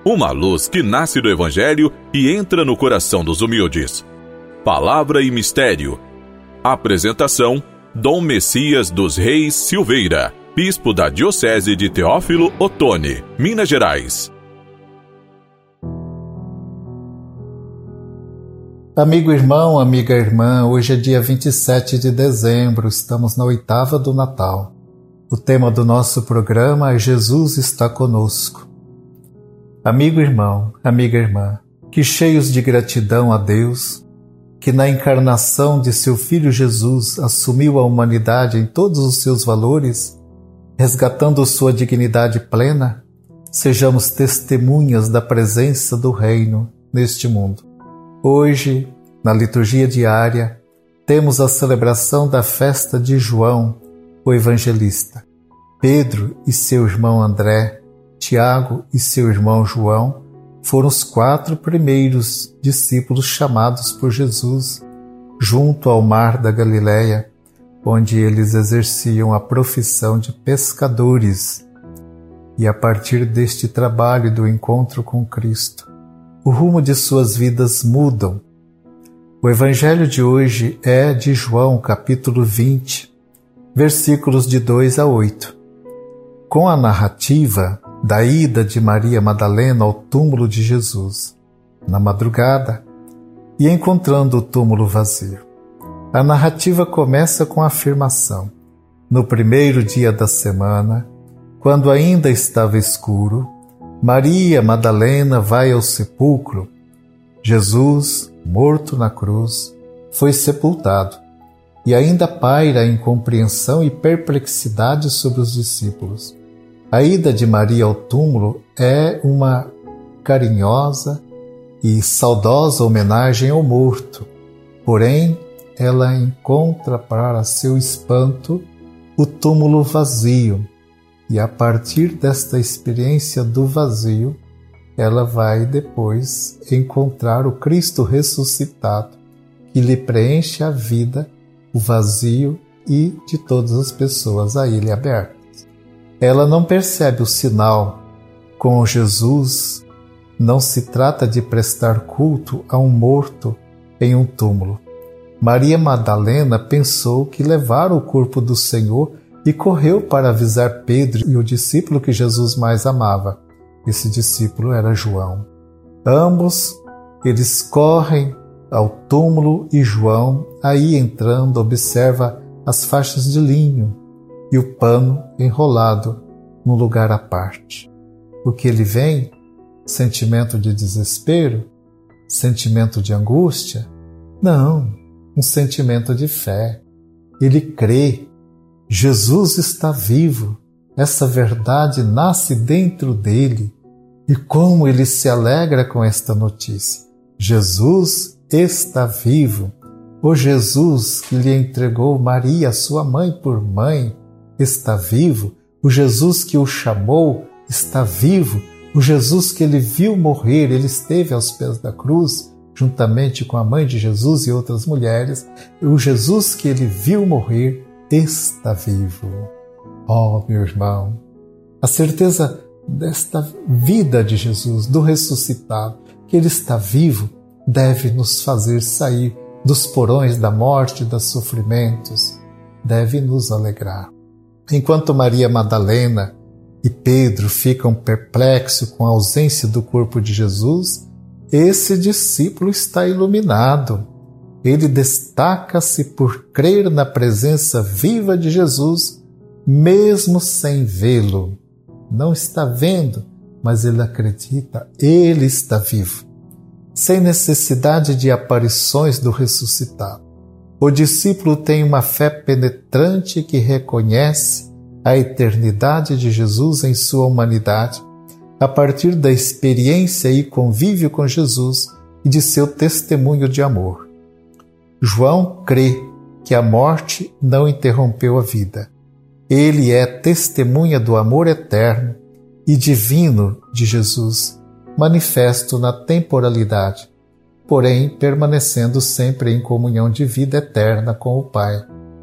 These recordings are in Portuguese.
uma luz que nasce do Evangelho e entra no coração dos humildes. Palavra e Mistério. Apresentação: Dom Messias dos Reis Silveira, bispo da Diocese de Teófilo Otoni, Minas Gerais. Amigo irmão, amiga irmã, hoje é dia 27 de dezembro, estamos na oitava do Natal. O tema do nosso programa é Jesus está conosco. Amigo irmão, amiga irmã, que cheios de gratidão a Deus, que na encarnação de seu Filho Jesus assumiu a humanidade em todos os seus valores, resgatando sua dignidade plena, sejamos testemunhas da presença do Reino neste mundo. Hoje, na liturgia diária, temos a celebração da festa de João, o Evangelista. Pedro e seu irmão André, Tiago e seu irmão João foram os 4 primeiros discípulos chamados por Jesus junto ao mar da Galileia, onde eles exerciam a profissão de pescadores. E a partir deste trabalho do encontro com Cristo, o rumo de suas vidas mudam. O Evangelho de hoje é de João, capítulo 20, versículos de 2 a 8. Com a narrativa da ida de Maria Madalena ao túmulo de Jesus, na madrugada, e encontrando o túmulo vazio. A narrativa começa com a afirmação: no primeiro dia da semana, quando ainda estava escuro, Maria Madalena vai ao sepulcro. Jesus, morto na cruz, foi sepultado, e ainda paira a incompreensão e perplexidade sobre os discípulos. A ida de Maria ao túmulo é uma carinhosa e saudosa homenagem ao morto, porém ela encontra para seu espanto o túmulo vazio, e a partir desta experiência do vazio, ela vai depois encontrar o Cristo ressuscitado, que lhe preenche a vida, o vazio e de todas as pessoas a ele abertas. Ela não percebe o sinal. Com Jesus, não se trata de prestar culto a um morto em um túmulo. Maria Madalena pensou que levara o corpo do Senhor e correu para avisar Pedro e o discípulo que Jesus mais amava. Esse discípulo era João. Ambos, eles correm ao túmulo e João, aí entrando, observa as faixas de linho e o pano enrolado num lugar à parte. O que ele vem? Sentimento de desespero? Sentimento de angústia? Não, um sentimento de fé. Ele crê. Jesus está vivo. Essa verdade nasce dentro dele. E como ele se alegra com esta notícia. Jesus está vivo. O Jesus que lhe entregou Maria, sua mãe por mãe, está vivo. O Jesus que o chamou está vivo. O Jesus que ele viu morrer, ele esteve aos pés da cruz, juntamente com a mãe de Jesus e outras mulheres. O Jesus que ele viu morrer está vivo. Oh, meu irmão, a certeza desta vida de Jesus, do ressuscitado, que ele está vivo, deve nos fazer sair dos porões da morte e dos sofrimentos, deve nos alegrar. Enquanto Maria Madalena e Pedro ficam perplexos com a ausência do corpo de Jesus, esse discípulo está iluminado. Ele destaca-se por crer na presença viva de Jesus, mesmo sem vê-lo. Não está vendo, mas ele acredita, ele está vivo, sem necessidade de aparições do ressuscitado. O discípulo tem uma fé penetrante que reconhece a eternidade de Jesus em sua humanidade, a partir da experiência e convívio com Jesus e de seu testemunho de amor. João crê que a morte não interrompeu a vida. Ele é testemunha do amor eterno e divino de Jesus, manifesto na temporalidade, porém permanecendo sempre em comunhão de vida eterna com o Pai.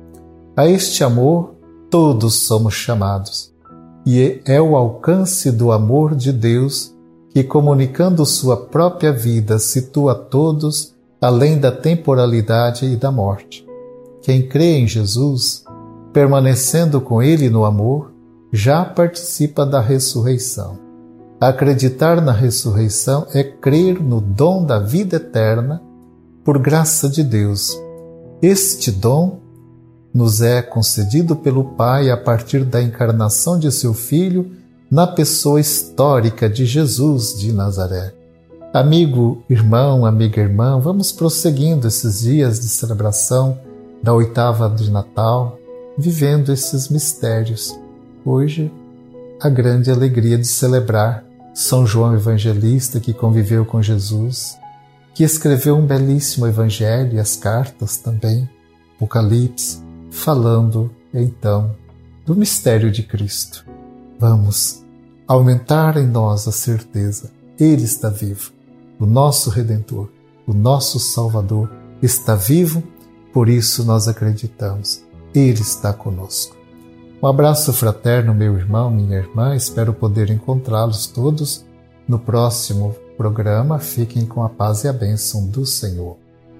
A este amor todos somos chamados, e é o alcance do amor de Deus que, comunicando sua própria vida, situa todos além da temporalidade e da morte. Quem crê em Jesus, permanecendo com Ele no amor, já participa da ressurreição. Acreditar na ressurreição é crer no dom da vida eterna por graça de Deus. Este dom nos é concedido pelo Pai a partir da encarnação de seu Filho na pessoa histórica de Jesus de Nazaré. Amigo, irmão, amiga, irmã, vamos prosseguindo esses dias de celebração da oitava de Natal, vivendo esses mistérios. Hoje, a grande alegria de celebrar São João Evangelista, que conviveu com Jesus, que escreveu um belíssimo evangelho e as cartas também, Apocalipse, falando, então, do mistério de Cristo. Vamos aumentar em nós a certeza. Ele está vivo. O nosso Redentor, o nosso Salvador está vivo, por isso nós acreditamos. Ele está conosco. Um abraço fraterno, meu irmão, minha irmã. Espero poder encontrá-los todos no próximo programa. Fiquem com a paz e a bênção do Senhor.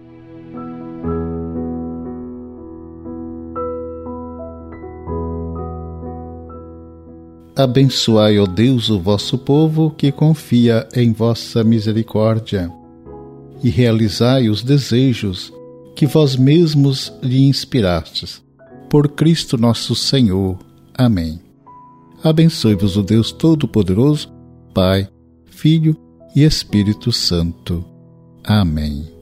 Abençoai, ó Deus, o vosso povo que confia em vossa misericórdia, e realizai os desejos que vós mesmos lhe inspirastes. Por Cristo nosso Senhor. Amém. Abençoe-vos o Deus Todo-Poderoso, Pai, Filho e Espírito Santo. Amém.